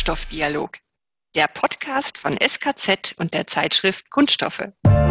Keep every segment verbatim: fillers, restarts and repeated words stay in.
Kunststoffdialog, der Podcast von S K Z und der Zeitschrift Kunststoffe.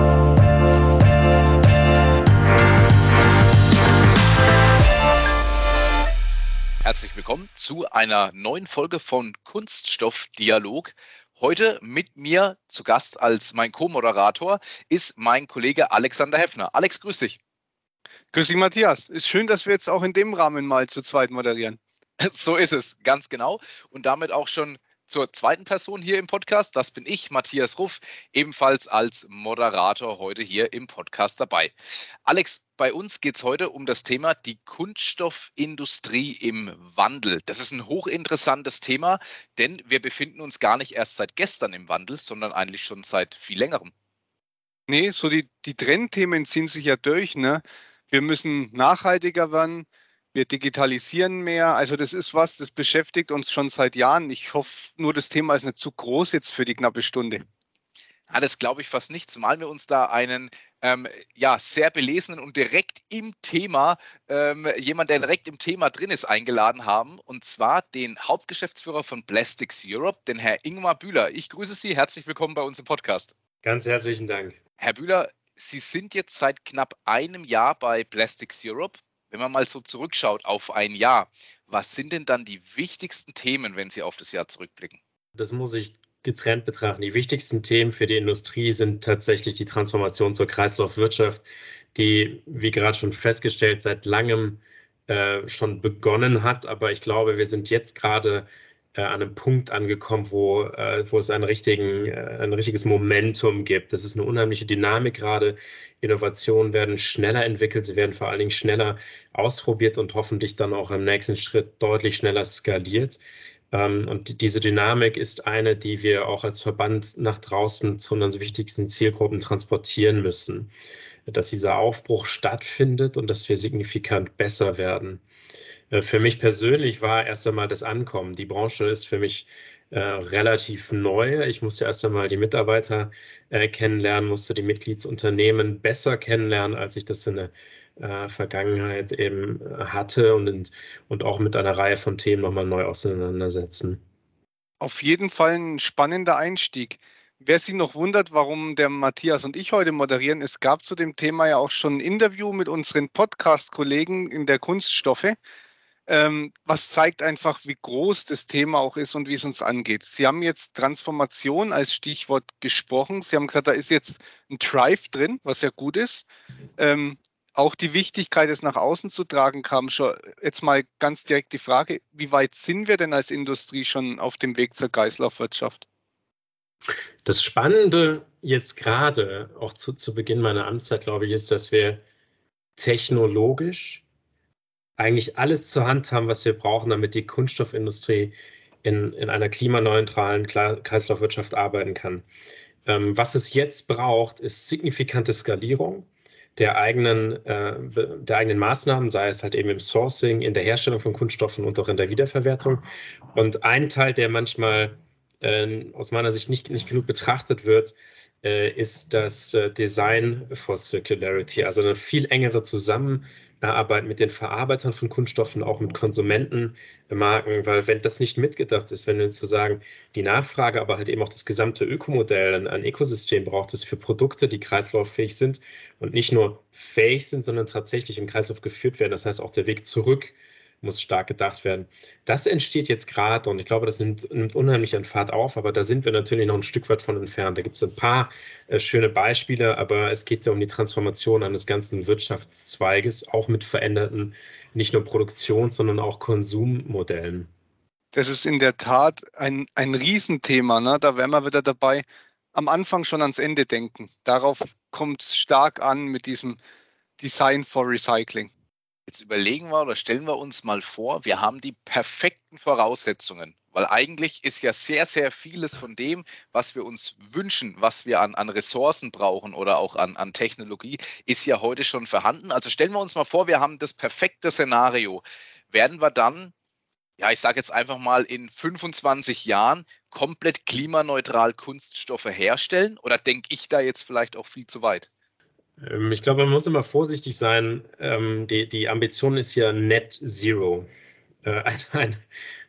Herzlich willkommen zu einer neuen Folge von Kunststoffdialog. Heute mit mir zu Gast als mein Co-Moderator ist mein Kollege Alexander Heffner. Alex, grüß dich. Grüß dich, Matthias. Ist schön, dass wir jetzt auch in dem Rahmen mal zu zweit moderieren. So ist es, ganz genau. Und damit auch schon zur zweiten Person hier im Podcast. Das bin ich, Matthias Ruff, ebenfalls als Moderator heute hier im Podcast dabei. Alex, bei uns geht es heute um das Thema die Kunststoffindustrie im Wandel. Das ist ein hochinteressantes Thema, denn wir befinden uns gar nicht erst seit gestern im Wandel, sondern eigentlich schon seit viel längerem. Nee, so die, die Trendthemen ziehen sich ja durch, ne? Wir müssen nachhaltiger werden. Wir digitalisieren mehr. Also das ist was, das beschäftigt uns schon seit Jahren. Ich hoffe nur, das Thema ist nicht zu groß jetzt für die knappe Stunde. Ja, das glaube ich fast nicht, zumal wir uns da einen ähm, ja, sehr belesenen und direkt im Thema, ähm, jemand, der direkt im Thema drin ist, eingeladen haben. Und zwar den Hauptgeschäftsführer von Plastics Europe, den Herr Ingmar Bühler. Ich grüße Sie, herzlich willkommen bei uns im Podcast. Ganz herzlichen Dank. Herr Bühler, Sie sind jetzt seit knapp einem Jahr bei Plastics Europe. Wenn man mal so zurückschaut auf ein Jahr, was sind denn dann die wichtigsten Themen, wenn Sie auf das Jahr zurückblicken? Das muss ich getrennt betrachten. Die wichtigsten Themen für die Industrie sind tatsächlich die Transformation zur Kreislaufwirtschaft, die, wie gerade schon festgestellt, seit langem äh, schon begonnen hat. Aber ich glaube, wir sind jetzt gerade äh, an einem Punkt angekommen, wo, äh, wo es einen richtigen, äh, ein richtiges Momentum gibt. Das ist eine unheimliche Dynamik gerade. Innovationen werden schneller entwickelt, sie werden vor allen Dingen schneller ausprobiert und hoffentlich dann auch im nächsten Schritt deutlich schneller skaliert. Und diese Dynamik ist eine, die wir auch als Verband nach draußen zu unseren wichtigsten Zielgruppen transportieren müssen. Dass dieser Aufbruch stattfindet und dass wir signifikant besser werden. Für mich persönlich war erst einmal das Ankommen. Die Branche ist für mich äh, relativ neu. Ich musste erst einmal die Mitarbeiter äh, kennenlernen, musste die Mitgliedsunternehmen besser kennenlernen, als ich das in der äh, Vergangenheit eben hatte und, in, und auch mit einer Reihe von Themen nochmal neu auseinandersetzen. Auf jeden Fall ein spannender Einstieg. Wer sich noch wundert, warum der Matthias und ich heute moderieren, es gab zu dem Thema ja auch schon ein Interview mit unseren Podcast-Kollegen in der Kunststoffe. Ähm, was zeigt einfach, wie groß das Thema auch ist und wie es uns angeht. Sie haben jetzt Transformation als Stichwort gesprochen. Sie haben gesagt, da ist jetzt ein Drive drin, was ja gut ist. Ähm, auch die Wichtigkeit, es nach außen zu tragen, kam schon. Jetzt mal ganz direkt die Frage, wie weit sind wir denn als Industrie schon auf dem Weg zur Kreislaufwirtschaft? Das Spannende jetzt gerade, auch zu, zu Beginn meiner Amtszeit, glaube ich, ist, dass wir technologisch eigentlich alles zur Hand haben, was wir brauchen, damit die Kunststoffindustrie in, in einer klimaneutralen Kreislaufwirtschaft arbeiten kann. Ähm, was es jetzt braucht, ist signifikante Skalierung der eigenen, äh, der eigenen Maßnahmen, sei es halt eben im Sourcing, in der Herstellung von Kunststoffen und auch in der Wiederverwertung. Und ein Teil, der manchmal äh, aus meiner Sicht nicht, nicht genug betrachtet wird, äh, ist das äh, Design for Circularity, also eine viel engere Zusammenarbeit Arbeit mit den Verarbeitern von Kunststoffen, auch mit Konsumentenmarken, weil wenn das nicht mitgedacht ist, wenn wir zu sagen, die Nachfrage, aber halt eben auch das gesamte Ökomodell, ein, ein Ökosystem braucht es für Produkte, die kreislauffähig sind und nicht nur fähig sind, sondern tatsächlich im Kreislauf geführt werden. Das heißt, auch der Weg zurück muss stark gedacht werden. Das entsteht jetzt gerade und ich glaube, das nimmt, nimmt unheimlich an Fahrt auf, aber da sind wir natürlich noch ein Stück weit von entfernt. Da gibt es ein paar äh, schöne Beispiele, aber es geht ja um die Transformation eines ganzen Wirtschaftszweiges, auch mit veränderten nicht nur Produktions-, sondern auch Konsummodellen. Das ist in der Tat ein, ein Riesenthema, ne? Da wären wir wieder dabei, am Anfang schon ans Ende denken. Darauf kommt es stark an mit diesem Design for Recycling. Jetzt überlegen wir oder stellen wir uns mal vor, wir haben die perfekten Voraussetzungen, weil eigentlich ist ja sehr, sehr vieles von dem, was wir uns wünschen, was wir an, an Ressourcen brauchen oder auch an, an Technologie, ist ja heute schon vorhanden. Also stellen wir uns mal vor, wir haben das perfekte Szenario. Werden wir dann, ja, ich sage jetzt einfach mal in fünfundzwanzig Jahren komplett klimaneutral Kunststoffe herstellen? Oder denke ich da jetzt vielleicht auch viel zu weit? Ich glaube, man muss immer vorsichtig sein. Die, die Ambition ist ja Net Zero. Ein, ein,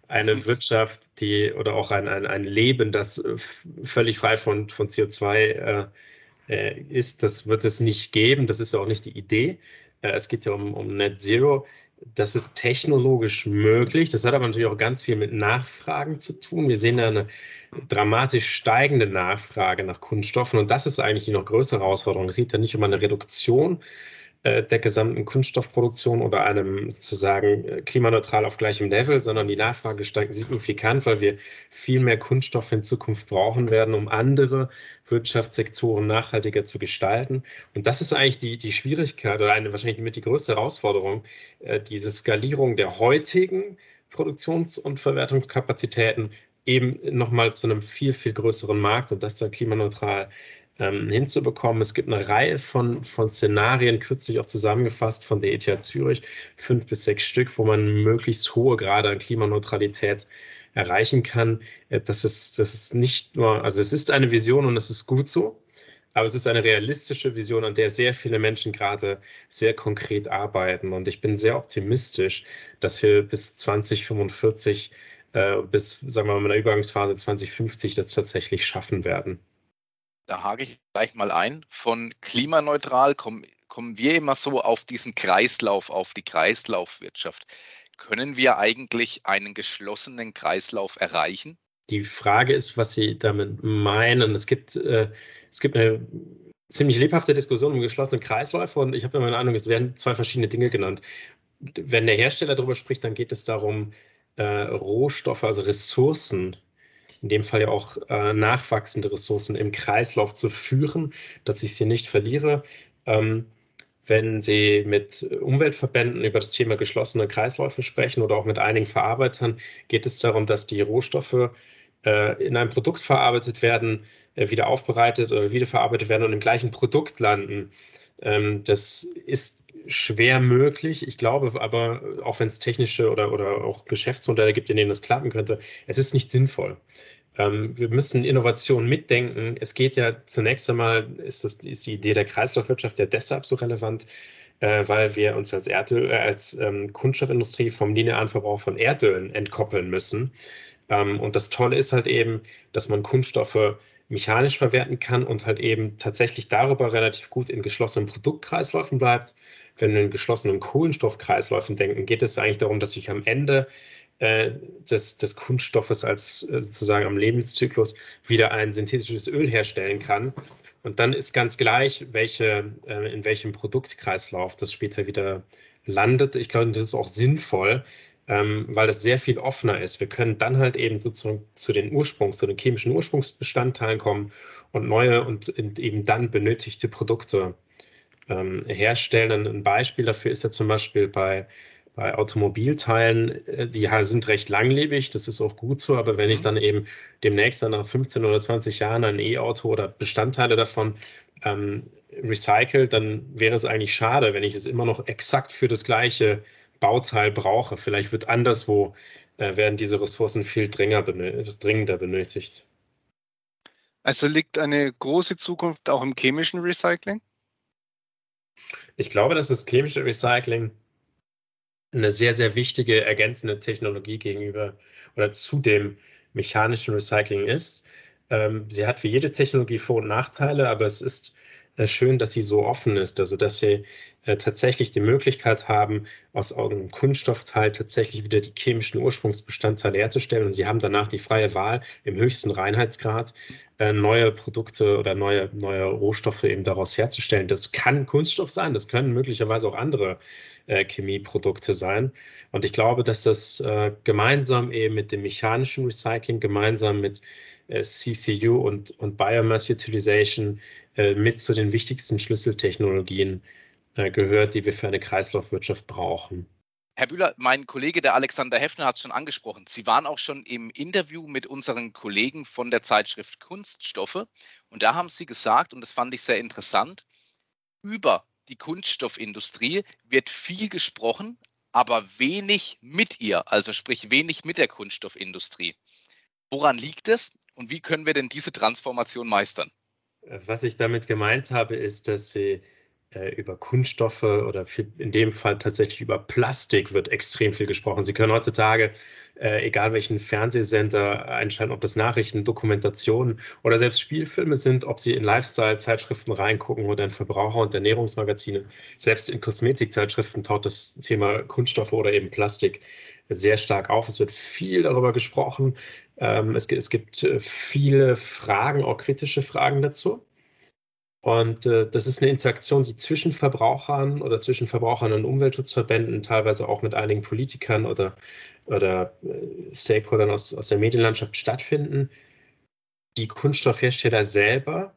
eine Wirtschaft, die oder auch ein, ein, ein Leben, das völlig frei von, von C O zwei äh, ist, das wird es nicht geben. Das ist ja auch nicht die Idee. Äh, es geht ja um, um Net Zero. Das ist technologisch möglich. Das hat aber natürlich auch ganz viel mit Nachfragen zu tun. Wir sehen da eine dramatisch steigende Nachfrage nach Kunststoffen. Und das ist eigentlich die noch größere Herausforderung. Es geht ja nicht um eine Reduktion äh, der gesamten Kunststoffproduktion oder einem sozusagen äh, klimaneutral auf gleichem Level, sondern die Nachfrage steigt signifikant, weil wir viel mehr Kunststoff in Zukunft brauchen werden, um andere Wirtschaftssektoren nachhaltiger zu gestalten. Und das ist eigentlich die, die Schwierigkeit oder eine wahrscheinlich mit die größte Herausforderung, äh, diese Skalierung der heutigen Produktions- und Verwertungskapazitäten eben nochmal zu einem viel, viel größeren Markt und das dann klimaneutral ähm, hinzubekommen. Es gibt eine Reihe von, von Szenarien, kürzlich auch zusammengefasst von der E T H Zürich, fünf bis sechs Stück, wo man möglichst hohe Grade an Klimaneutralität erreichen kann. Äh, das ist, das ist nicht nur, also es ist eine Vision und es ist gut so, aber es ist eine realistische Vision, an der sehr viele Menschen gerade sehr konkret arbeiten. Und ich bin sehr optimistisch, dass wir bis zwanzig fünfundvierzig bis, sagen wir mal, in der Übergangsphase zwanzig fünfzig das tatsächlich schaffen werden. Da hake ich gleich mal ein. Von klimaneutral kommen, kommen wir immer so auf diesen Kreislauf, auf die Kreislaufwirtschaft. Können wir eigentlich einen geschlossenen Kreislauf erreichen? Die Frage ist, was Sie damit meinen. Es gibt, äh, es gibt eine ziemlich lebhafte Diskussion um geschlossene Kreisläufe und ich habe immer eine Ahnung, es werden zwei verschiedene Dinge genannt. Wenn der Hersteller darüber spricht, dann geht es darum, Äh, Rohstoffe, also Ressourcen, in dem Fall ja auch äh, nachwachsende Ressourcen im Kreislauf zu führen, dass ich sie nicht verliere. Ähm, wenn Sie mit Umweltverbänden über das Thema geschlossene Kreisläufe sprechen oder auch mit einigen Verarbeitern, geht es darum, dass die Rohstoffe äh, in einem Produkt verarbeitet werden, äh, wieder aufbereitet oder wiederverarbeitet werden und im gleichen Produkt landen. Ähm, das ist schwer möglich. Ich glaube aber, auch wenn es technische oder, oder auch Geschäftsmodelle gibt, in denen das klappen könnte, es ist nicht sinnvoll. Ähm, wir müssen Innovation mitdenken. Es geht ja zunächst einmal, ist, das, ist die Idee der Kreislaufwirtschaft ja deshalb so relevant, äh, weil wir uns als, Erdöl, äh, als ähm, Kunststoffindustrie vom linearen Verbrauch von Erdöl entkoppeln müssen. Ähm, und das Tolle ist halt eben, dass man Kunststoffe mechanisch verwerten kann und halt eben tatsächlich darüber relativ gut in geschlossenen Produktkreisläufen bleibt. Wenn wir in geschlossenen Kohlenstoffkreisläufen denken, geht es eigentlich darum, dass ich am Ende äh, des, des Kunststoffes als äh, sozusagen am Lebenszyklus wieder ein synthetisches Öl herstellen kann. Und dann ist ganz gleich, welche, äh, in welchem Produktkreislauf das später wieder landet. Ich glaube, das ist auch sinnvoll, ähm, weil das sehr viel offener ist. Wir können dann halt eben sozusagen zu den Ursprungs, zu den chemischen Ursprungsbestandteilen kommen und neue und eben dann benötigte Produkte ähm, herstellen. Ein Beispiel dafür ist ja zum Beispiel bei, bei Automobilteilen, die sind recht langlebig, das ist auch gut so, aber wenn ich dann eben demnächst dann nach fünfzehn oder zwanzig Jahren ein E-Auto oder Bestandteile davon ähm, recycle, dann wäre es eigentlich schade, wenn ich es immer noch exakt für das gleiche Bauteil brauche. Vielleicht wird anderswo, äh, werden diese Ressourcen viel dringender, benö- dringender benötigt. Also liegt eine große Zukunft auch im chemischen Recycling? Ich glaube, dass das chemische Recycling eine sehr, sehr wichtige ergänzende Technologie gegenüber oder zu dem mechanischen Recycling ist. Ähm, sie hat wie jede Technologie Vor- und Nachteile, aber es ist äh, schön, dass sie so offen ist, also dass sie äh, tatsächlich die Möglichkeit haben, aus einem Kunststoffteil tatsächlich wieder die chemischen Ursprungsbestandteile herzustellen und sie haben danach die freie Wahl im höchsten Reinheitsgrad, äh, neue Produkte oder neue, neue Rohstoffe eben daraus herzustellen. Das kann Kunststoff sein, das können möglicherweise auch andere äh, Chemieprodukte sein. Und ich glaube, dass das äh, gemeinsam eben mit dem mechanischen Recycling, gemeinsam mit äh, C C U und, und Biomass Utilization äh, mit zu den wichtigsten Schlüsseltechnologien äh, gehört, die wir für eine Kreislaufwirtschaft brauchen. Herr Bühler, mein Kollege, der Alexander Heffner, hat es schon angesprochen. Sie waren auch schon im Interview mit unseren Kollegen von der Zeitschrift Kunststoffe. Und da haben Sie gesagt, und das fand ich sehr interessant, über die Kunststoffindustrie wird viel gesprochen, aber wenig mit ihr, also sprich wenig mit der Kunststoffindustrie. Woran liegt es und wie können wir denn diese Transformation meistern? Was ich damit gemeint habe, ist, dass sie äh, über Kunststoffe oder viel, in dem Fall tatsächlich über Plastik wird extrem viel gesprochen. Sie können heutzutage, äh, egal welchen Fernsehsender einschalten, ob das Nachrichten, Dokumentationen oder selbst Spielfilme sind, ob Sie in Lifestyle-Zeitschriften reingucken oder in Verbraucher- und Ernährungsmagazine, selbst in Kosmetikzeitschriften taucht das Thema Kunststoffe oder eben Plastik sehr stark auf. Es wird viel darüber gesprochen. Ähm, es, es gibt viele Fragen, auch kritische Fragen dazu. Und äh, das ist eine Interaktion, die zwischen Verbrauchern oder zwischen Verbrauchern und Umweltschutzverbänden, teilweise auch mit einigen Politikern oder, oder äh, Stakeholdern aus, aus der Medienlandschaft stattfinden. Die Kunststoffhersteller selber,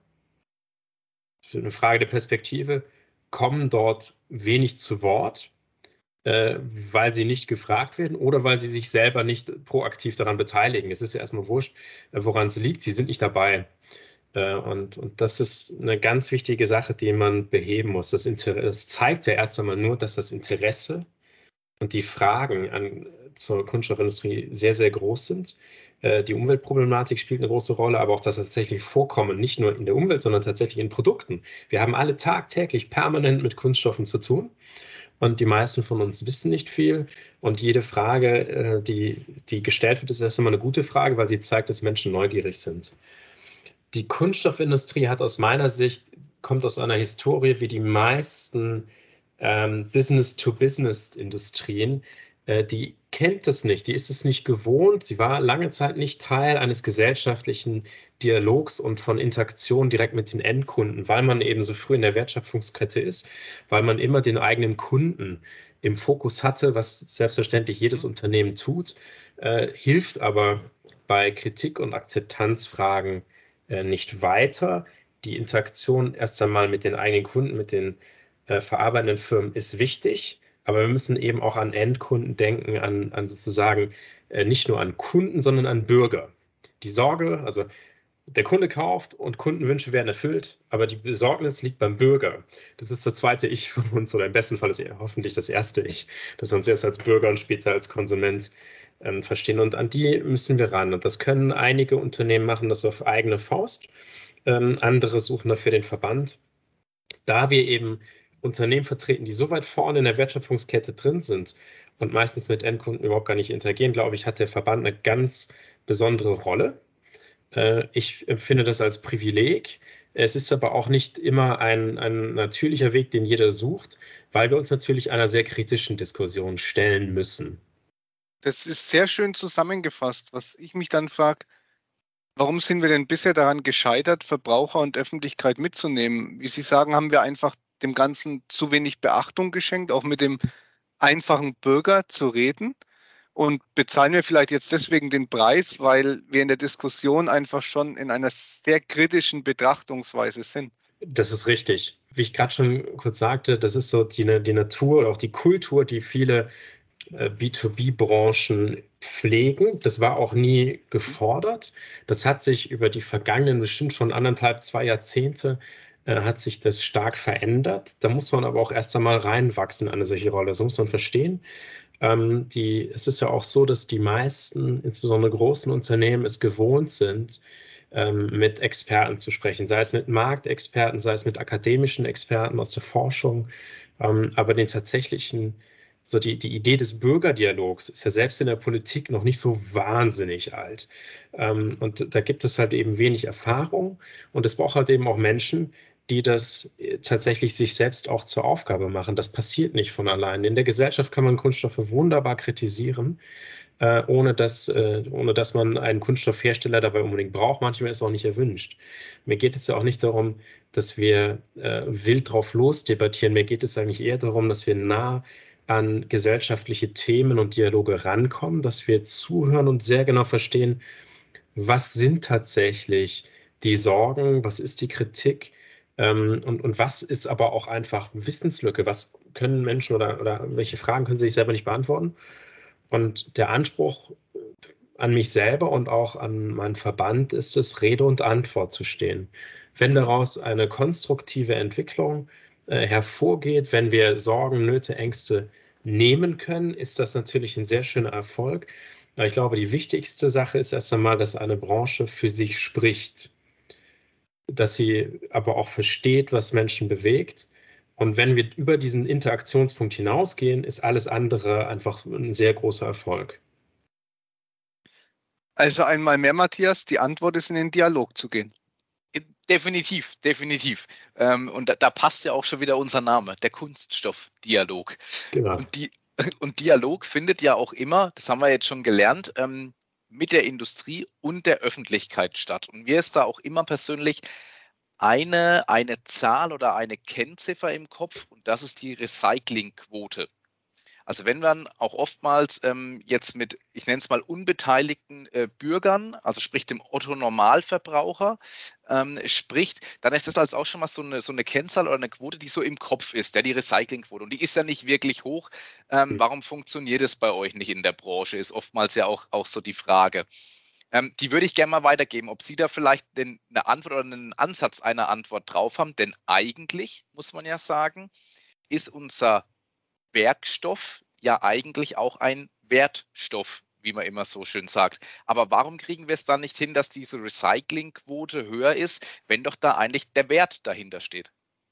für eine Frage der Perspektive, kommen dort wenig zu Wort, äh, weil sie nicht gefragt werden oder weil sie sich selber nicht proaktiv daran beteiligen. Es ist ja erstmal wurscht, äh, woran es liegt. Sie sind nicht dabei. Und, und das ist eine ganz wichtige Sache, die man beheben muss. Das, Interesse, das zeigt ja erst einmal nur, dass das Interesse und die Fragen an, zur Kunststoffindustrie sehr, sehr groß sind. Die Umweltproblematik spielt eine große Rolle, aber auch das tatsächlich Vorkommen, nicht nur in der Umwelt, sondern tatsächlich in Produkten. Wir haben alle tagtäglich permanent mit Kunststoffen zu tun. Und die meisten von uns wissen nicht viel. Und jede Frage, die, die gestellt wird, ist erst einmal eine gute Frage, weil sie zeigt, dass Menschen neugierig sind. Die Kunststoffindustrie hat aus meiner Sicht, kommt aus einer Historie wie die meisten ähm, Business-to-Business-Industrien, äh, die kennt es nicht, die ist es nicht gewohnt. Sie war lange Zeit nicht Teil eines gesellschaftlichen Dialogs und von Interaktion direkt mit den Endkunden, weil man eben so früh in der Wertschöpfungskette ist, weil man immer den eigenen Kunden im Fokus hatte, was selbstverständlich jedes Unternehmen tut, äh, hilft aber bei Kritik- und Akzeptanzfragen nicht weiter. Die Interaktion erst einmal mit den eigenen Kunden, mit den äh, verarbeitenden Firmen ist wichtig, aber wir müssen eben auch an Endkunden denken, an, an sozusagen äh, nicht nur an Kunden, sondern an Bürger. Die Sorge, also der Kunde kauft und Kundenwünsche werden erfüllt, aber die Besorgnis liegt beim Bürger. Das ist das zweite Ich von uns oder im besten Fall ist er hoffentlich das erste Ich, dass wir uns erst als Bürger und später als Konsument ähm, verstehen. Und an die müssen wir ran. Und das können einige Unternehmen machen, das auf eigene Faust. Ähm, andere suchen dafür den Verband. Da wir eben Unternehmen vertreten, die so weit vorne in der Wertschöpfungskette drin sind und meistens mit Endkunden überhaupt gar nicht interagieren, glaube ich, hat der Verband eine ganz besondere Rolle. Ich empfinde das als Privileg. Es ist aber auch nicht immer ein, ein natürlicher Weg, den jeder sucht, weil wir uns natürlich einer sehr kritischen Diskussion stellen müssen. Das ist sehr schön zusammengefasst. Was ich mich dann frage, warum sind wir denn bisher daran gescheitert, Verbraucher und Öffentlichkeit mitzunehmen? Wie Sie sagen, haben wir einfach dem Ganzen zu wenig Beachtung geschenkt, auch mit dem einfachen Bürger zu reden. Und bezahlen wir vielleicht jetzt deswegen den Preis, weil wir in der Diskussion einfach schon in einer sehr kritischen Betrachtungsweise sind? Das ist richtig. Wie ich gerade schon kurz sagte, das ist so die, die Natur oder auch die Kultur, die viele äh, B zwei B-Branchen pflegen. Das war auch nie gefordert. Das hat sich über die vergangenen, bestimmt schon anderthalb, zwei Jahrzehnte, äh, hat sich das stark verändert. Da muss man aber auch erst einmal reinwachsen an eine solche Rolle. Das muss man verstehen. Ähm, die, es ist ja auch so, dass die meisten, insbesondere großen Unternehmen, es gewohnt sind, ähm, mit Experten zu sprechen, sei es mit Marktexperten, sei es mit akademischen Experten aus der Forschung, ähm, aber den tatsächlichen, so die, die Idee des Bürgerdialogs ist ja selbst in der Politik noch nicht so wahnsinnig alt. Ähm, und da gibt es halt eben wenig Erfahrung und es braucht halt eben auch Menschen, die das tatsächlich sich selbst auch zur Aufgabe machen. Das passiert nicht von allein. In der Gesellschaft kann man Kunststoffe wunderbar kritisieren, äh, ohne, dass, äh, ohne dass man einen Kunststoffhersteller dabei unbedingt braucht. Manchmal ist es auch nicht erwünscht. Mir geht es ja auch nicht darum, dass wir äh, wild drauf losdebattieren. Mir geht es eigentlich eher darum, dass wir nah an gesellschaftliche Themen und Dialoge rankommen, dass wir zuhören und sehr genau verstehen, was sind tatsächlich die Sorgen, was ist die Kritik, Ähm, und, und was ist aber auch einfach Wissenslücke? Was können Menschen oder, oder welche Fragen können sie sich selber nicht beantworten? Und der Anspruch an mich selber und auch an meinen Verband ist es, Rede und Antwort zu stehen. Wenn daraus eine konstruktive Entwicklung äh, hervorgeht, wenn wir Sorgen, Nöte, Ängste nehmen können, ist das natürlich ein sehr schöner Erfolg. Aber ich glaube, die wichtigste Sache ist erst einmal, dass eine Branche für sich spricht, dass sie aber auch versteht, was Menschen bewegt Und wenn wir über diesen Interaktionspunkt hinausgehen, ist alles andere einfach ein sehr großer Erfolg. Also einmal mehr, Matthias, die Antwort ist, in den Dialog zu gehen. Definitiv, definitiv. Ähm, und da, da passt ja auch schon wieder unser Name, der Kunststoffdialog. Genau. Und, die, und Dialog findet ja auch immer, das haben wir jetzt schon gelernt, ähm, mit der Industrie und der Öffentlichkeit statt. Und mir ist da auch immer persönlich eine, eine Zahl oder eine Kennziffer im Kopf, und das ist die Recyclingquote. Also wenn man auch oftmals ähm, jetzt mit, ich nenne es mal, unbeteiligten äh, Bürgern, also sprich dem Otto-Normalverbraucher, ähm, spricht, dann ist das als auch schon mal so eine, so eine Kennzahl oder eine Quote, die so im Kopf ist, ja, die Recyclingquote. Und die ist ja nicht wirklich hoch. Ähm, warum funktioniert es bei euch nicht in der Branche, ist oftmals ja auch, auch so die Frage. Ähm, die würde ich gerne mal weitergeben, ob Sie da vielleicht den, eine Antwort oder einen Ansatz einer Antwort drauf haben. Denn eigentlich, muss man ja sagen, ist unser Werkstoff ja eigentlich auch ein Wertstoff, wie man immer so schön sagt. Aber warum kriegen wir es dann nicht hin, dass diese Recyclingquote höher ist, wenn doch da eigentlich der Wert dahinter steht?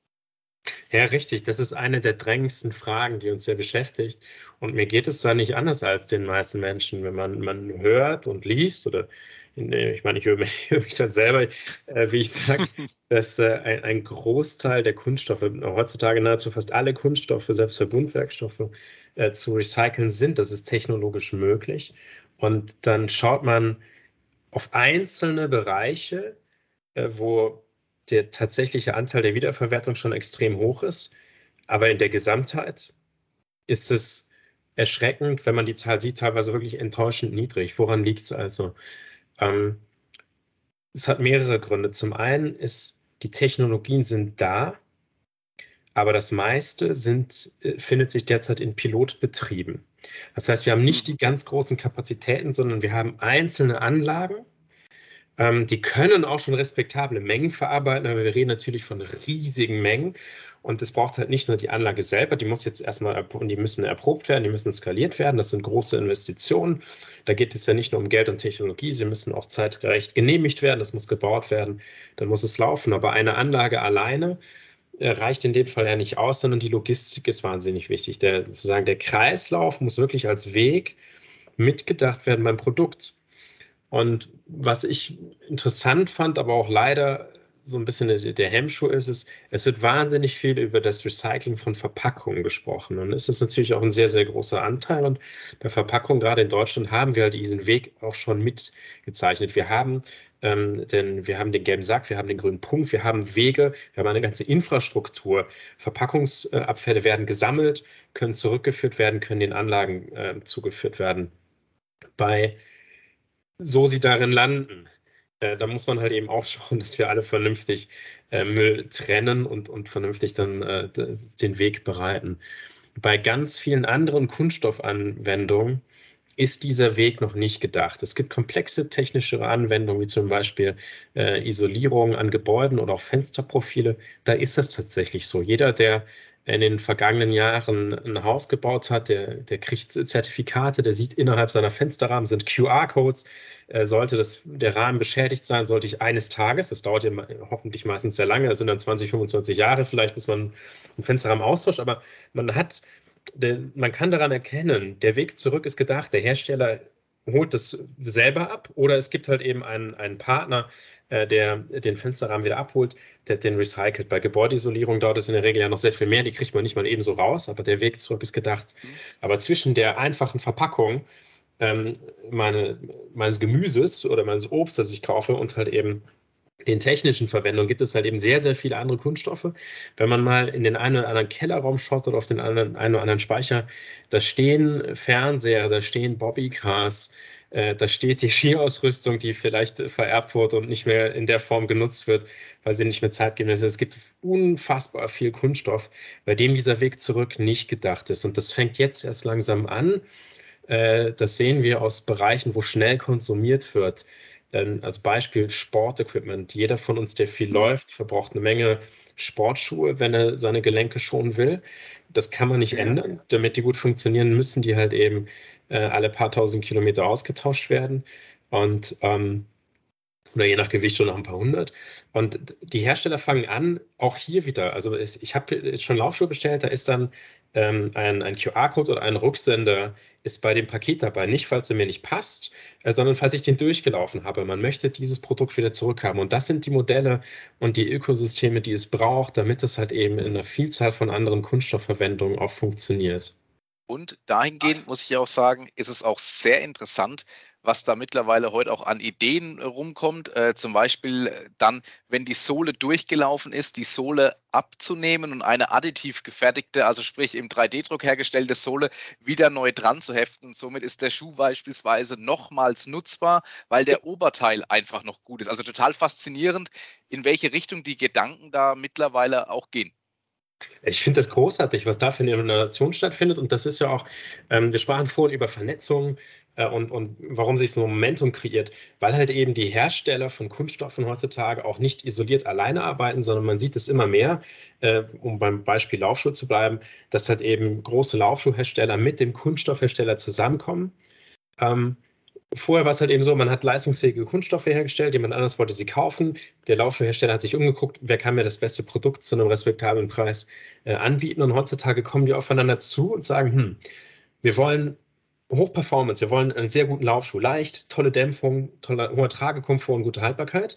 Ja, richtig. Das ist eine der drängendsten Fragen, die uns sehr beschäftigt. Und mir geht es da nicht anders als den meisten Menschen, wenn man, man hört und liest oder ich meine, ich höre mich, höre mich dann selber, äh, wie ich sage, dass äh, ein, ein Großteil der Kunststoffe, heutzutage nahezu fast alle Kunststoffe, selbst Verbundwerkstoffe, äh, zu recyceln sind. Das ist technologisch möglich. Und dann schaut man auf einzelne Bereiche, äh, wo der tatsächliche Anteil der Wiederverwertung schon extrem hoch ist. Aber in der Gesamtheit ist es erschreckend, wenn man die Zahl sieht, teilweise wirklich enttäuschend niedrig. Woran liegt es also? Ähm, es hat mehrere Gründe. Zum einen ist, die Technologien sind da, aber das meiste sind, findet sich derzeit in Pilotbetrieben. Das heißt, wir haben nicht die ganz großen Kapazitäten, sondern wir haben einzelne Anlagen, ähm, die können auch schon respektable Mengen verarbeiten, aber wir reden natürlich von riesigen Mengen. Und es braucht halt nicht nur die Anlage selber, die muss jetzt erstmal, und die müssen erprobt werden, die müssen skaliert werden, das sind große Investitionen. Da geht es ja nicht nur um Geld und Technologie, sie müssen auch zeitgerecht genehmigt werden, das muss gebaut werden, dann muss es laufen. Aber eine Anlage alleine äh, reicht in dem Fall ja nicht aus, sondern die Logistik ist wahnsinnig wichtig. Der, sozusagen der Kreislauf muss wirklich als Weg mitgedacht werden beim Produkt. Und was ich interessant fand, aber auch leider so ein bisschen der, der Hemmschuh ist, ist, es wird wahnsinnig viel über das Recycling von Verpackungen gesprochen. Und es ist natürlich auch ein sehr, sehr großer Anteil. Und bei Verpackungen, gerade in Deutschland, haben wir halt diesen Weg auch schon mitgezeichnet. Wir haben, ähm, denn wir haben den gelben Sack, wir haben den grünen Punkt, wir haben Wege, wir haben eine ganze Infrastruktur. Verpackungsabfälle werden gesammelt, können zurückgeführt werden, können den Anlagen äh, zugeführt werden. Bei so sie darin landen. Äh, da muss man halt eben auch schauen, dass wir alle vernünftig äh, Müll trennen und, und vernünftig dann äh, den Weg bereiten. Bei ganz vielen anderen Kunststoffanwendungen ist dieser Weg noch nicht gedacht. Es gibt komplexe technische Anwendungen, wie zum Beispiel äh, Isolierung an Gebäuden oder auch Fensterprofile. Da ist das tatsächlich so. Jeder, der in den vergangenen Jahren ein Haus gebaut hat, der, der kriegt Zertifikate, der sieht innerhalb seiner Fensterrahmen sind Q R-Codes. Äh, sollte das, der Rahmen beschädigt sein, sollte ich eines Tages, das dauert ja hoffentlich meistens sehr lange, das sind dann zwanzig, fünfundzwanzig Jahre vielleicht, bis man einen Fensterrahmen austauscht, aber man hat, der, man kann daran erkennen, der Weg zurück ist gedacht, der Hersteller holt das selber ab oder es gibt halt eben einen, einen Partner, äh, der den Fensterrahmen wieder abholt, der den recycelt. Bei Gebäudeisolierung dauert es in der Regel ja noch sehr viel mehr, die kriegt man nicht mal eben so raus, aber der Weg zurück ist gedacht. Mhm. Aber zwischen der einfachen Verpackung ähm, meine, meines Gemüses oder meines Obstes, das ich kaufe und halt eben den technischen Verwendungen gibt es halt eben sehr, sehr viele andere Kunststoffe. Wenn man mal in den einen oder anderen Kellerraum schaut oder auf den anderen, einen oder anderen Speicher, da stehen Fernseher, da stehen Bobbycars, äh, da steht die Skiausrüstung, die vielleicht vererbt wurde und nicht mehr in der Form genutzt wird, weil sie nicht mehr zeitgemäß ist. Es gibt unfassbar viel Kunststoff, bei dem dieser Weg zurück nicht gedacht ist. Und das fängt jetzt erst langsam an. Äh, das sehen wir aus Bereichen, wo schnell konsumiert wird. Als Beispiel Sportequipment. Jeder von uns, der viel läuft, verbraucht eine Menge Sportschuhe, wenn er seine Gelenke schonen will. Das kann man nicht ja. ändern. Damit die gut funktionieren, müssen die halt eben äh, alle paar tausend Kilometer ausgetauscht werden. Und ähm, oder je nach Gewicht schon noch ein paar hundert. Und die Hersteller fangen an, auch hier wieder, also ich habe schon Laufschuhe bestellt, da ist dann ähm, ein, ein Q R-Code oder ein Rücksender ist bei dem Paket dabei. Nicht, falls er mir nicht passt, äh, sondern falls ich den durchgelaufen habe. Man möchte dieses Produkt wieder zurückhaben. Und das sind die Modelle und die Ökosysteme, die es braucht, damit es halt eben in einer Vielzahl von anderen Kunststoffverwendungen auch funktioniert. Und dahingehend muss ich auch sagen, ist es auch sehr interessant, was da mittlerweile heute auch an Ideen rumkommt. Äh, zum Beispiel dann, wenn die Sohle durchgelaufen ist, die Sohle abzunehmen und eine additiv gefertigte, also sprich im drei D Druck hergestellte Sohle wieder neu dran zu heften. Und somit ist der Schuh beispielsweise nochmals nutzbar, weil der Oberteil einfach noch gut ist. Also total faszinierend, in welche Richtung die Gedanken da mittlerweile auch gehen. Ich finde das großartig, was da für eine Innovation stattfindet. Und das ist ja auch, ähm, wir sprachen vorhin über Vernetzung äh, und, und warum sich so ein Momentum kreiert, weil halt eben die Hersteller von Kunststoffen heutzutage auch nicht isoliert alleine arbeiten, sondern man sieht es immer mehr, äh, um beim Beispiel Laufschuh zu bleiben, dass halt eben große Laufschuhhersteller mit dem Kunststoffhersteller zusammenkommen. Ähm, Vorher war es halt eben so, man hat leistungsfähige Kunststoffe hergestellt, jemand anderes wollte sie kaufen. Der Laufschuhhersteller hat sich umgeguckt, wer kann mir das beste Produkt zu einem respektablen Preis äh, anbieten. Und heutzutage kommen die aufeinander zu und sagen, hm, wir wollen Hochperformance, wir wollen einen sehr guten Laufschuh, leicht, tolle Dämpfung, toller, hoher Tragekomfort und gute Haltbarkeit.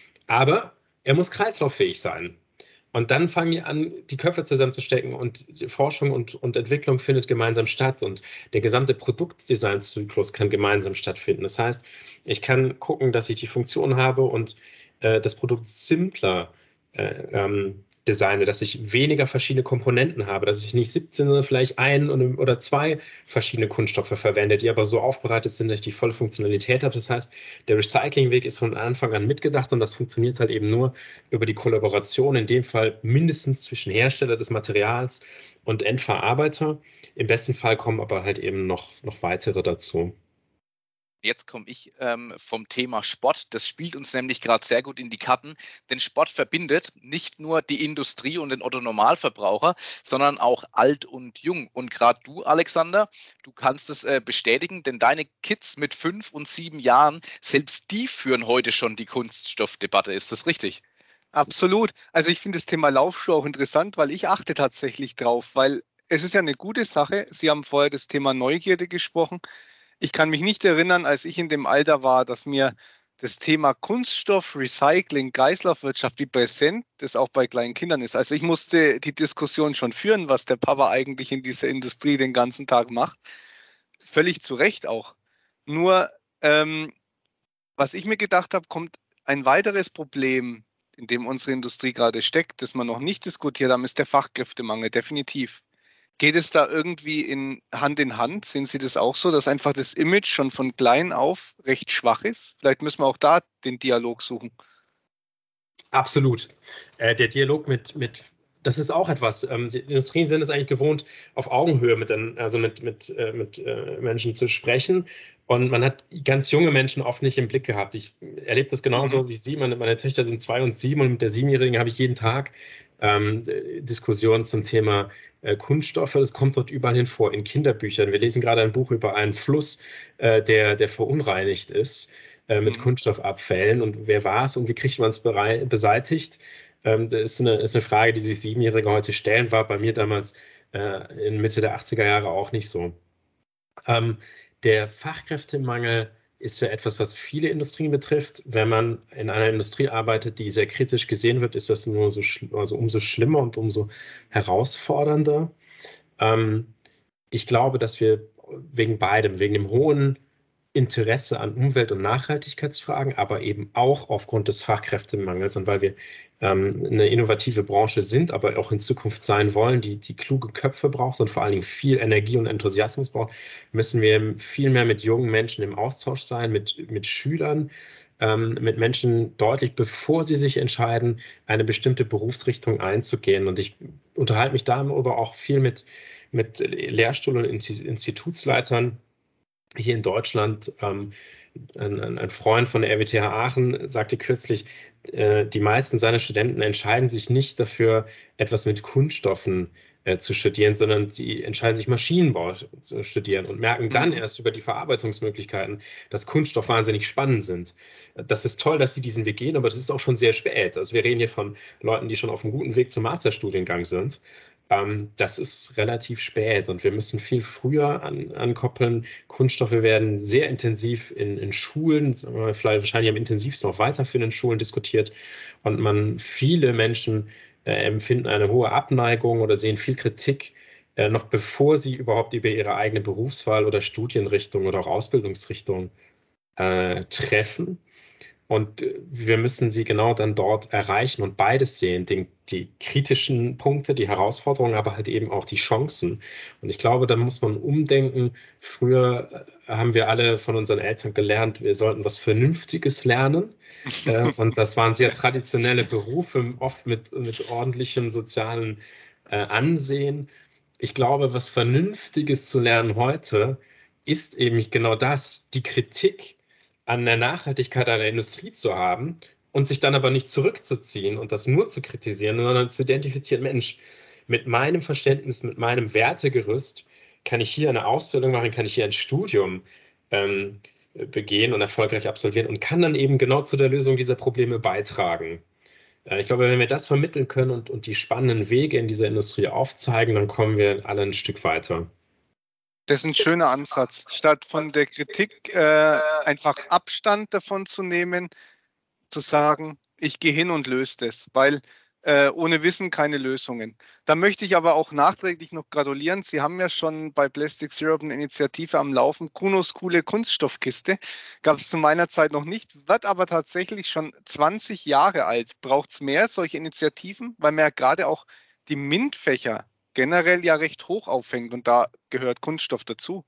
Aber er muss kreislauffähig sein. Und dann fangen die an, die Köpfe zusammenzustecken und die Forschung und, und Entwicklung findet gemeinsam statt und der gesamte Produktdesignzyklus kann gemeinsam stattfinden. Das heißt, ich kann gucken, dass ich die Funktion habe und äh, das Produkt simpler äh, ähm, designe, dass ich weniger verschiedene Komponenten habe, dass ich nicht siebzehn, sondern vielleicht ein oder zwei verschiedene Kunststoffe verwende, die aber so aufbereitet sind, dass ich die volle Funktionalität habe. Das heißt, der Recyclingweg ist von Anfang an mitgedacht und das funktioniert halt eben nur über die Kollaboration, in dem Fall mindestens zwischen Hersteller des Materials und Endverarbeiter. Im besten Fall kommen aber halt eben noch, noch weitere dazu. Jetzt komme ich ähm, vom Thema Sport. Das spielt uns nämlich gerade sehr gut in die Karten, denn Sport verbindet nicht nur die Industrie und den Otto-Normalverbraucher, sondern auch alt und jung. Und gerade du, Alexander, du kannst es äh, bestätigen, denn deine Kids mit fünf und sieben Jahren, selbst die führen heute schon die Kunststoffdebatte. Ist das richtig? Absolut. Also ich finde das Thema Laufschuhe auch interessant, weil ich achte tatsächlich drauf, weil es ist ja eine gute Sache. Sie haben vorher das Thema Neugierde gesprochen. Ich kann mich nicht erinnern, als ich in dem Alter war, dass mir das Thema Kunststoff, Recycling, Kreislaufwirtschaft, wie präsent das auch bei kleinen Kindern ist. Also ich musste die Diskussion schon führen, was der Papa eigentlich in dieser Industrie den ganzen Tag macht. Völlig zu Recht auch. Nur, ähm, was ich mir gedacht habe, kommt ein weiteres Problem, in dem unsere Industrie gerade steckt, das wir noch nicht diskutiert haben, ist der Fachkräftemangel, definitiv. Geht es da irgendwie in Hand in Hand? Sehen Sie das auch so, dass einfach das Image schon von klein auf recht schwach ist? Vielleicht müssen wir auch da den Dialog suchen. Absolut. Äh, der Dialog mit, mit, das ist auch etwas. Ähm, die Industrien sind es eigentlich gewohnt, auf Augenhöhe mit, den, also mit, mit, äh, mit äh, Menschen zu sprechen. Und man hat ganz junge Menschen oft nicht im Blick gehabt. Ich erlebe das genauso mhm. wie Sie. Meine, meine Töchter sind zwei und sieben und mit der Siebenjährigen habe ich jeden Tag ähm, Diskussionen zum Thema äh, Kunststoffe. Das kommt dort überall hin vor, in Kinderbüchern. Wir lesen gerade ein Buch über einen Fluss, äh, der, der verunreinigt ist äh, mit mhm. Kunststoffabfällen. Und wer war es und wie kriegt man es beseitigt? Ähm, das ist eine, ist eine Frage, die sich Siebenjährige heute stellen. War bei mir damals äh, in Mitte der achtziger Jahre auch nicht so. Ähm, Der Fachkräftemangel ist ja etwas, was viele Industrien betrifft. Wenn man in einer Industrie arbeitet, die sehr kritisch gesehen wird, ist das nur so also umso schlimmer und umso herausfordernder. Ähm, ich glaube, dass wir wegen beidem, wegen dem hohen Interesse an Umwelt- und Nachhaltigkeitsfragen, aber eben auch aufgrund des Fachkräftemangels und weil wir ähm, eine innovative Branche sind, aber auch in Zukunft sein wollen, die, die kluge Köpfe braucht und vor allen Dingen viel Energie und Enthusiasmus braucht, müssen wir viel mehr mit jungen Menschen im Austausch sein, mit, mit Schülern, ähm, mit Menschen deutlich, bevor sie sich entscheiden, eine bestimmte Berufsrichtung einzugehen. Und ich unterhalte mich darüber auch viel mit, mit Lehrstuhl- und Institutsleitern, hier in Deutschland. Ähm, ein, ein Freund von der R W T H Aachen sagte kürzlich, äh, die meisten seiner Studenten entscheiden sich nicht dafür, etwas mit Kunststoffen äh, zu studieren, sondern die entscheiden sich Maschinenbau zu studieren und merken dann Mhm. erst über die Verarbeitungsmöglichkeiten, dass Kunststoff wahnsinnig spannend sind. Das ist toll, dass sie diesen Weg gehen, aber das ist auch schon sehr spät. Also wir reden hier von Leuten, die schon auf einem guten Weg zum Masterstudiengang sind. Ähm, das ist relativ spät und wir müssen viel früher an, ankoppeln. Kunststoffe werden sehr intensiv in, in Schulen, vielleicht wahrscheinlich am intensivsten auf weiterführenden Schulen diskutiert und man viele Menschen äh, empfinden eine hohe Abneigung oder sehen viel Kritik, äh, noch bevor sie überhaupt über ihre eigene Berufswahl oder Studienrichtung oder auch Ausbildungsrichtung äh, treffen. Und äh, wir müssen sie genau dann dort erreichen und beides sehen, den, die kritischen Punkte, die Herausforderungen, aber halt eben auch die Chancen. Und ich glaube, da muss man umdenken. Früher äh, haben wir alle von unseren Eltern gelernt, wir sollten was Vernünftiges lernen. Äh, und das waren sehr traditionelle Berufe, oft mit, mit ordentlichem sozialen äh, Ansehen. Ich glaube, was Vernünftiges zu lernen heute ist eben genau das, die Kritik an der Nachhaltigkeit einer Industrie zu haben und sich dann aber nicht zurückzuziehen und das nur zu kritisieren, sondern zu identifizieren, Mensch, mit meinem Verständnis, mit meinem Wertegerüst kann ich hier eine Ausbildung machen, kann ich hier ein Studium ähm, begehen und erfolgreich absolvieren und kann dann eben genau zu der Lösung dieser Probleme beitragen. Äh, ich glaube, wenn wir das vermitteln können und, und die spannenden Wege in dieser Industrie aufzeigen, dann kommen wir alle ein Stück weiter. Das ist ein schöner Ansatz. Statt von der Kritik äh, einfach Abstand davon zu nehmen, zu sagen, ich gehe hin und löse das, weil äh, ohne Wissen keine Lösungen. Da möchte ich aber auch nachträglich noch gratulieren. Sie haben ja schon bei Plastic Syrup eine Initiative am Laufen. Kunos coole Kunststoffkiste. Gab es zu meiner Zeit noch nicht, wird aber tatsächlich schon zwanzig Jahre alt. Braucht es mehr solche Initiativen? Weil man ja gerade auch die MINT-Fächer generell ja recht hoch aufhängt und da gehört Kunststoff dazu.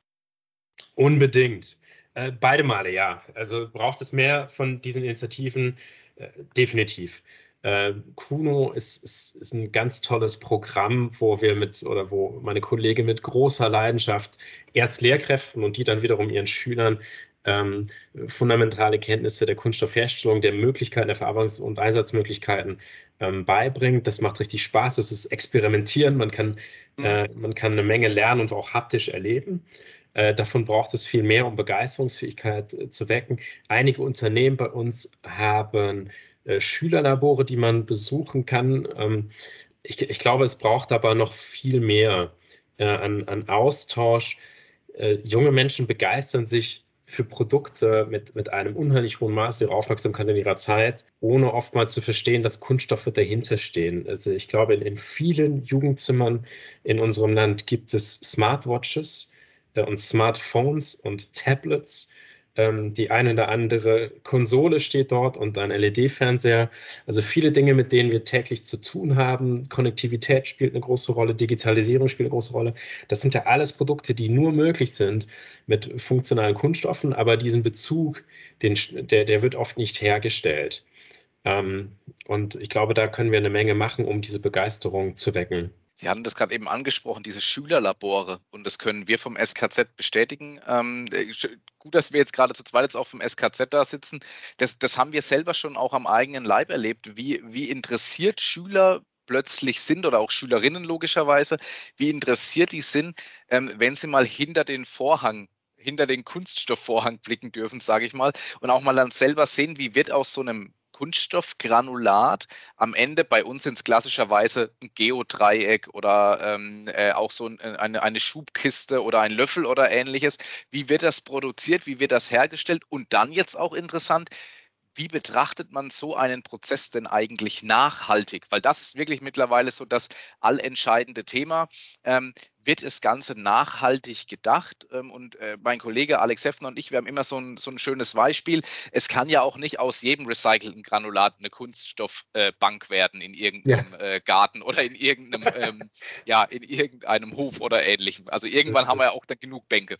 Unbedingt. Äh, beide Male, ja. Also braucht es mehr von diesen Initiativen? Äh, definitiv. Äh, Kuno ist, ist, ist ein ganz tolles Programm, wo wir mit oder wo meine Kollegin mit großer Leidenschaft erst Lehrkräften und die dann wiederum ihren Schülern ähm, fundamentale Kenntnisse der Kunststoffherstellung, der Möglichkeiten, der Verarbeitungs- und Einsatzmöglichkeiten ähm, beibringt. Das macht richtig Spaß. Das ist Experimentieren. Man kann, Mhm. äh, man kann eine Menge lernen und auch haptisch erleben. Äh, davon braucht es viel mehr, um Begeisterungsfähigkeit äh, zu wecken. Einige Unternehmen bei uns haben äh, Schülerlabore, die man besuchen kann. Ähm, ich, ich glaube, es braucht aber noch viel mehr äh, an, an Austausch. Äh, junge Menschen begeistern sich für Produkte mit, mit einem unheimlich hohen Maß ihrer Aufmerksamkeit in ihrer Zeit, ohne oftmals zu verstehen, dass Kunststoffe dahinter stehen. Also ich glaube, in, in vielen Jugendzimmern in unserem Land gibt es Smartwatches äh, und Smartphones und Tablets. Ähm, die eine oder andere Konsole steht dort und ein L E D-Fernseher. Also viele Dinge, mit denen wir täglich zu tun haben. Konnektivität spielt eine große Rolle, Digitalisierung spielt eine große Rolle. Das sind ja alles Produkte, die nur möglich sind mit funktionalen Kunststoffen, aber diesen Bezug, den, der, der wird oft nicht hergestellt. Ähm, und ich glaube, da können wir eine Menge machen, um diese Begeisterung zu wecken. Sie hatten das gerade eben angesprochen, diese Schülerlabore, und das können wir vom S K Z bestätigen. Ähm, gut, dass wir jetzt gerade zu zweit jetzt auch vom S K Z da sitzen. Das, das haben wir selber schon auch am eigenen Leib erlebt, wie, wie interessiert Schüler plötzlich sind oder auch Schülerinnen logischerweise, wie interessiert die sind, ähm, wenn sie mal hinter den Vorhang hinter den Kunststoffvorhang blicken dürfen, sage ich mal, und auch mal dann selber sehen, wie wird aus so einem Kunststoffgranulat am Ende, bei uns sind es klassischerweise ein Geodreieck oder ähm, äh, auch so ein, eine, eine Schubkiste oder ein Löffel oder ähnliches. Wie wird das produziert? Wie wird das hergestellt? Und dann jetzt auch interessant, wie betrachtet man so einen Prozess denn eigentlich nachhaltig? Weil das ist wirklich mittlerweile so das allentscheidende Thema. Ähm, wird das Ganze nachhaltig gedacht? Ähm, und äh, mein Kollege Alex Heffner und ich, wir haben immer so ein, so ein schönes Beispiel. Es kann ja auch nicht aus jedem recycelten Granulat eine Kunststoffbank äh, werden in irgendeinem ja. äh, Garten oder in irgendeinem, ähm, ja, in irgendeinem Hof oder ähnlichem. Also irgendwann haben wir ja auch dann genug Bänke.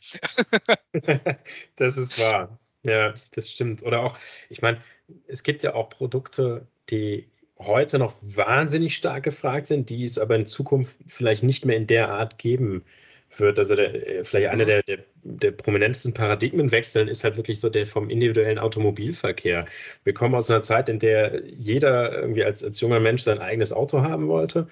Das ist wahr. Ja, das stimmt. Oder auch, ich meine, es gibt ja auch Produkte, die heute noch wahnsinnig stark gefragt sind, die es aber in Zukunft vielleicht nicht mehr in der Art geben wird. Also der, vielleicht einer der, der, der prominentesten Paradigmenwechseln ist halt wirklich so der vom individuellen Automobilverkehr. Wir kommen aus einer Zeit, in der jeder irgendwie als, als junger Mensch sein eigenes Auto haben wollte.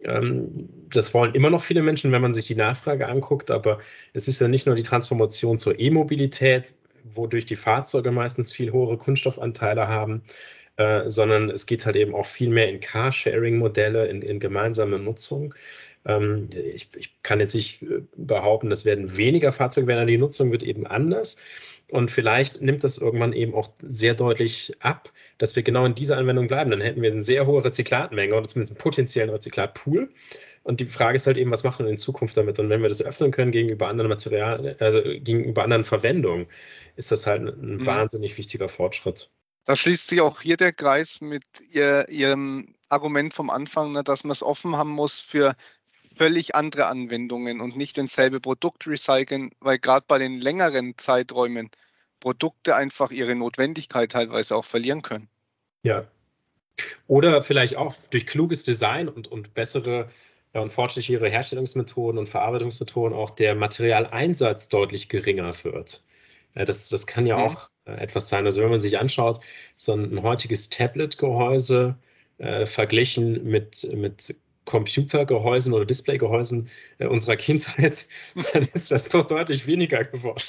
Das wollen immer noch viele Menschen, wenn man sich die Nachfrage anguckt, aber es ist ja nicht nur die Transformation zur E-Mobilität, wodurch die Fahrzeuge meistens viel höhere Kunststoffanteile haben, äh, sondern es geht halt eben auch viel mehr in Carsharing-Modelle, in, in gemeinsame Nutzung. Ähm, ich, ich kann jetzt nicht behaupten, das werden weniger Fahrzeuge werden, die Nutzung wird eben anders. Und vielleicht nimmt das irgendwann eben auch sehr deutlich ab, dass wir genau in dieser Anwendung bleiben. Dann hätten wir eine sehr hohe Rezyklatmenge oder zumindest einen potenziellen Rezyklatpool. Und die Frage ist halt eben, was machen wir in Zukunft damit? Und wenn wir das öffnen können gegenüber anderen Materialien, also gegenüber anderen Verwendungen, ist das halt ein mhm. wahnsinnig wichtiger Fortschritt. Da schließt sich auch hier der Kreis mit ihr, Ihrem Argument vom Anfang, ne, dass man es offen haben muss für völlig andere Anwendungen und nicht dasselbe Produkt recyceln, weil gerade bei den längeren Zeiträumen Produkte einfach ihre Notwendigkeit teilweise auch verlieren können. Ja. Oder vielleicht auch durch kluges Design und, und bessere und fortschrittlichere Herstellungsmethoden und Verarbeitungsmethoden auch der Materialeinsatz deutlich geringer wird. Das, das kann ja mhm. auch etwas sein. Also wenn man sich anschaut, so ein heutiges Tablet-Gehäuse äh, verglichen mit, mit Computergehäusen oder Displaygehäusen äh, unserer Kindheit, dann ist das doch deutlich weniger geworden.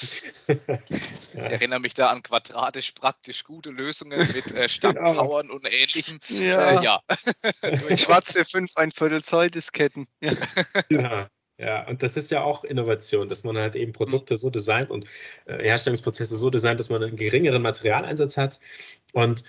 Ich erinnere mich da an quadratisch praktisch gute Lösungen mit äh, Standtauern ja. und Ähnlichem. Ja. Äh, ja. Schwarze fünf ein Viertel Zoll Disketten. Ja. Ja. Ja, und das ist ja auch Innovation, dass man halt eben Produkte so designt und äh, Herstellungsprozesse so designt, dass man einen geringeren Materialeinsatz hat. Und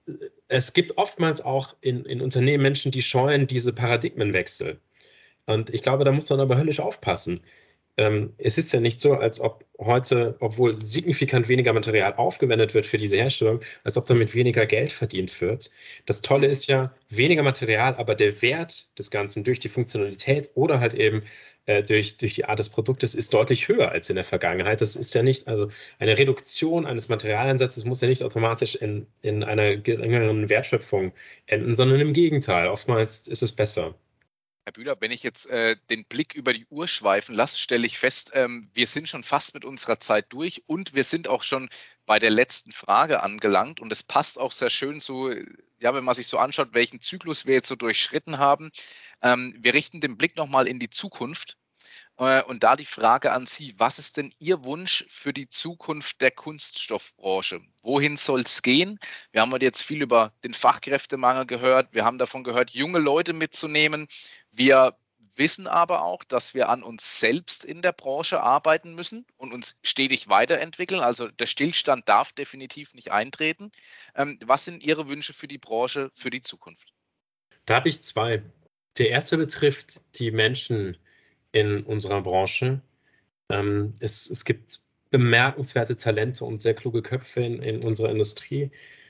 es gibt oftmals auch in, in Unternehmen Menschen, die scheuen diese Paradigmenwechsel. Und ich glaube, da muss man aber höllisch aufpassen. Ähm, es ist ja nicht so, als ob heute, obwohl signifikant weniger Material aufgewendet wird für diese Herstellung, als ob damit weniger Geld verdient wird. Das Tolle ist ja, weniger Material, aber der Wert des Ganzen durch die Funktionalität oder halt eben äh, durch, durch die Art des Produktes ist deutlich höher als in der Vergangenheit. Das ist ja nicht, also eine Reduktion eines Materialeinsatzes muss ja nicht automatisch in, in einer geringeren Wertschöpfung enden, sondern im Gegenteil. Oftmals ist es besser. Herr Bühler, wenn ich jetzt äh, den Blick über die Uhr schweifen lasse, stelle ich fest, ähm, wir sind schon fast mit unserer Zeit durch und wir sind auch schon bei der letzten Frage angelangt und es passt auch sehr schön so, ja, wenn man sich so anschaut, welchen Zyklus wir jetzt so durchschritten haben. Ähm, wir richten den Blick nochmal in die Zukunft äh, und da die Frage an Sie, was ist denn Ihr Wunsch für die Zukunft der Kunststoffbranche? Wohin soll es gehen? Wir haben heute jetzt viel über den Fachkräftemangel gehört, wir haben davon gehört, junge Leute mitzunehmen. Wir wissen aber auch, dass wir an uns selbst in der Branche arbeiten müssen und uns stetig weiterentwickeln. Also der Stillstand darf definitiv nicht eintreten. Ähm, was sind Ihre Wünsche für die Branche, für die Zukunft? Da habe ich zwei. Der erste betrifft die Menschen in unserer Branche. Ähm, es, es gibt bemerkenswerte Talente und sehr kluge Köpfe in, in unserer Industrie.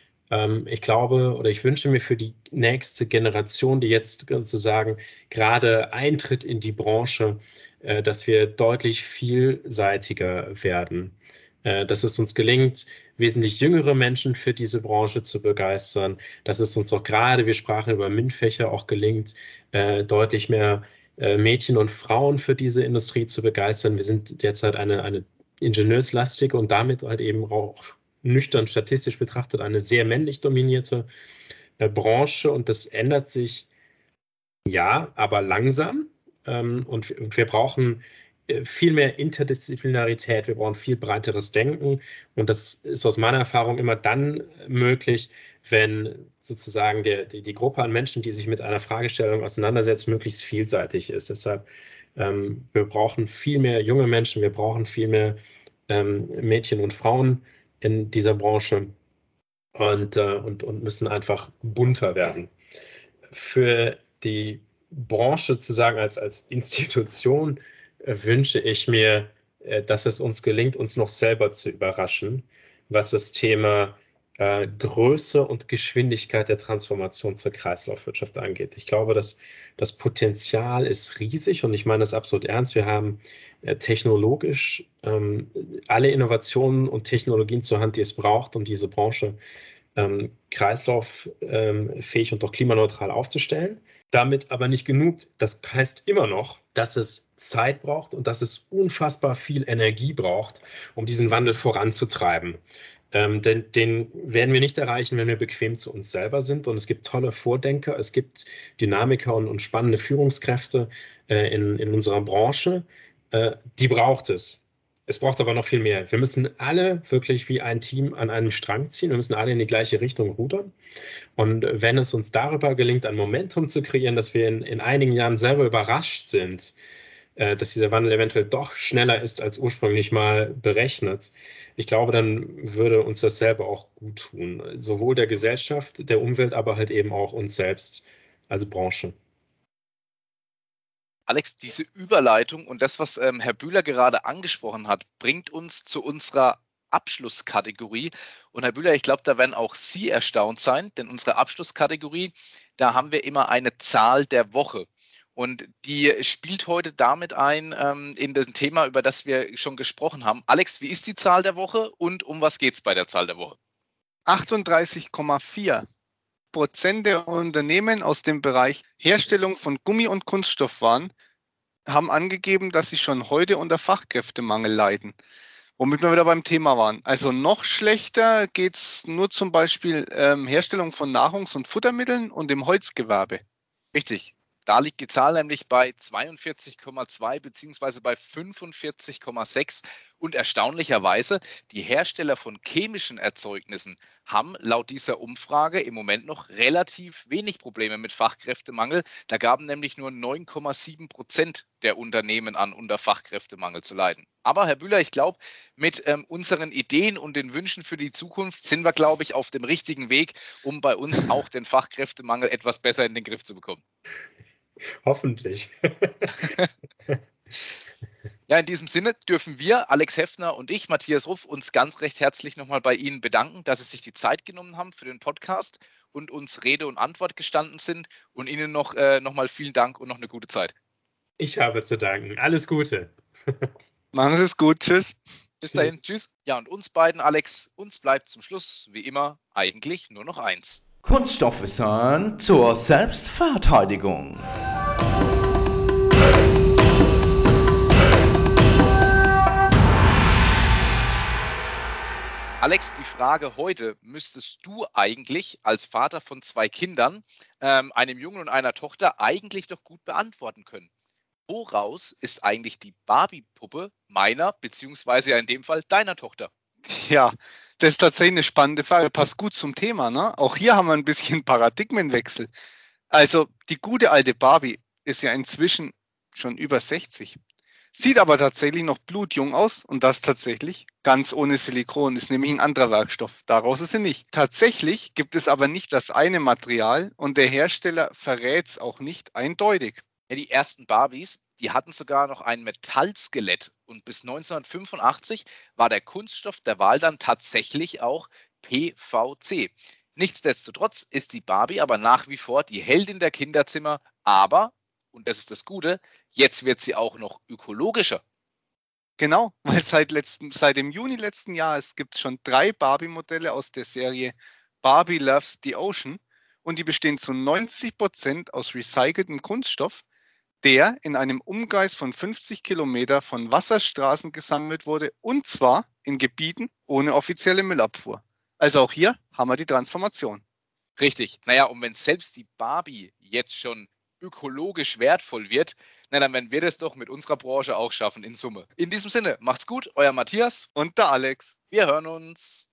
Ich glaube oder ich wünsche mir für die nächste Generation, die jetzt sozusagen gerade eintritt in die Branche, dass wir deutlich vielseitiger werden. Dass es uns gelingt, wesentlich jüngere Menschen für diese Branche zu begeistern. Dass es uns auch gerade, wir sprachen über MINT-Fächer, auch gelingt, deutlich mehr Mädchen und Frauen für diese Industrie zu begeistern. Wir sind derzeit eine, eine ingenieurslastige und damit halt eben auch nüchtern statistisch betrachtet eine sehr männlich dominierte äh, Branche und das ändert sich, ja, aber langsam ähm, und, und wir brauchen äh, viel mehr Interdisziplinarität, wir brauchen viel breiteres Denken und das ist aus meiner Erfahrung immer dann möglich, wenn sozusagen der, die, die Gruppe an Menschen, die sich mit einer Fragestellung auseinandersetzt, möglichst vielseitig ist. Deshalb, ähm, wir brauchen viel mehr junge Menschen, wir brauchen viel mehr ähm, Mädchen und Frauen in dieser Branche und, äh, und, und müssen einfach bunter werden. Für die Branche zu sagen, als, als Institution äh, wünsche ich mir, äh, dass es uns gelingt, uns noch selber zu überraschen, was das Thema äh, Größe und Geschwindigkeit der Transformation zur Kreislaufwirtschaft angeht. Ich glaube, dass das Potenzial ist riesig und ich meine das absolut ernst. Wir haben technologisch ähm, alle Innovationen und Technologien zur Hand, die es braucht, um diese Branche ähm, kreislauffähig ähm, und auch klimaneutral aufzustellen. Damit aber nicht genug. Das heißt immer noch, dass es Zeit braucht und dass es unfassbar viel Energie braucht, um diesen Wandel voranzutreiben. Ähm, denn den werden wir nicht erreichen, wenn wir bequem zu uns selber sind. Und es gibt tolle Vordenker, es gibt Dynamiker und, und spannende Führungskräfte äh, in, in unserer Branche. Äh, die braucht es. Es braucht aber noch viel mehr. Wir müssen alle wirklich wie ein Team an einem Strang ziehen. Wir müssen alle in die gleiche Richtung rudern. Und wenn es uns darüber gelingt, ein Momentum zu kreieren, dass wir in, in einigen Jahren selber überrascht sind, äh, dass dieser Wandel eventuell doch schneller ist als ursprünglich mal berechnet, ich glaube, dann würde uns das selber auch gut tun. Sowohl der Gesellschaft, der Umwelt, aber halt eben auch uns selbst als Branche. Alex, diese Überleitung und das, was ähm, Herr Bühler gerade angesprochen hat, bringt uns zu unserer Abschlusskategorie. Und Herr Bühler, ich glaube, da werden auch Sie erstaunt sein, denn unsere Abschlusskategorie, da haben wir immer eine Zahl der Woche. Und die spielt heute damit ein ähm, in das Thema, über das wir schon gesprochen haben. Alex, wie ist die Zahl der Woche und um was geht es bei der Zahl der Woche? achtunddreißig Komma vier Prozent der Unternehmen aus dem Bereich Herstellung von Gummi- und Kunststoffwaren haben angegeben, dass sie schon heute unter Fachkräftemangel leiden. Womit wir wieder beim Thema waren. Also noch schlechter geht es nur zum Beispiel ähm, Herstellung von Nahrungs- und Futtermitteln und im Holzgewerbe. Richtig. Da liegt die Zahl nämlich bei zweiundvierzig Komma zwei beziehungsweise bei fünfundvierzig Komma sechs. Und erstaunlicherweise, die Hersteller von chemischen Erzeugnissen haben laut dieser Umfrage im Moment noch relativ wenig Probleme mit Fachkräftemangel. Da gaben nämlich nur neun Komma sieben Prozent der Unternehmen an, unter Fachkräftemangel zu leiden. Aber Herr Bühler, ich glaube, mit ähm, unseren Ideen und den Wünschen für die Zukunft sind wir, glaube ich, auf dem richtigen Weg, um bei uns auch den Fachkräftemangel etwas besser in den Griff zu bekommen. Hoffentlich. Ja, in diesem Sinne dürfen wir, Alex Heffner und ich, Matthias Ruff, uns ganz recht herzlich nochmal bei Ihnen bedanken, dass Sie sich die Zeit genommen haben für den Podcast und uns Rede und Antwort gestanden sind. Und Ihnen noch, äh, noch mal vielen Dank und noch eine gute Zeit. Ich habe zu danken. Alles Gute. Machen Sie es gut. Tschüss. Bis dahin. Tschüss. Ja, und uns beiden, Alex, uns bleibt zum Schluss, wie immer, eigentlich nur noch eins. Kunststoffwissen zur Selbstverteidigung. Alex, die Frage heute müsstest du eigentlich als Vater von zwei Kindern, ähm, einem Jungen und einer Tochter, eigentlich doch gut beantworten können. Woraus ist eigentlich die Barbie-Puppe meiner, beziehungsweise ja in dem Fall deiner Tochter? Ja, das ist tatsächlich eine spannende Frage. Passt gut zum Thema, ne? Auch hier haben wir ein bisschen Paradigmenwechsel. Also die gute alte Barbie ist ja inzwischen schon über sechzig. Sieht aber tatsächlich noch blutjung aus und das tatsächlich ganz ohne Silikon, ist nämlich ein anderer Werkstoff. Daraus ist sie nicht. Tatsächlich gibt es aber nicht das eine Material und der Hersteller verrät es auch nicht eindeutig. Ja, die ersten Barbies, die hatten sogar noch ein Metallskelett und bis neunzehnhundertfünfundachtzig war der Kunststoff der Wahl dann tatsächlich auch P V C. Nichtsdestotrotz ist die Barbie aber nach wie vor die Heldin der Kinderzimmer, aber, und das ist das Gute, jetzt wird sie auch noch ökologischer. Genau, weil seit, letzten, seit dem Juni letzten Jahres gibt es schon drei Barbie-Modelle aus der Serie Barbie Loves the Ocean und die bestehen zu neunzig Prozent aus recyceltem Kunststoff, der in einem Umkreis von fünfzig Kilometer von Wasserstraßen gesammelt wurde und zwar in Gebieten ohne offizielle Müllabfuhr. Also auch hier haben wir die Transformation. Richtig. Naja, und wenn selbst die Barbie jetzt schon ökologisch wertvoll wird, na, dann werden wir das doch mit unserer Branche auch schaffen in Summe. In diesem Sinne, macht's gut, euer Matthias und der Alex. Wir hören uns.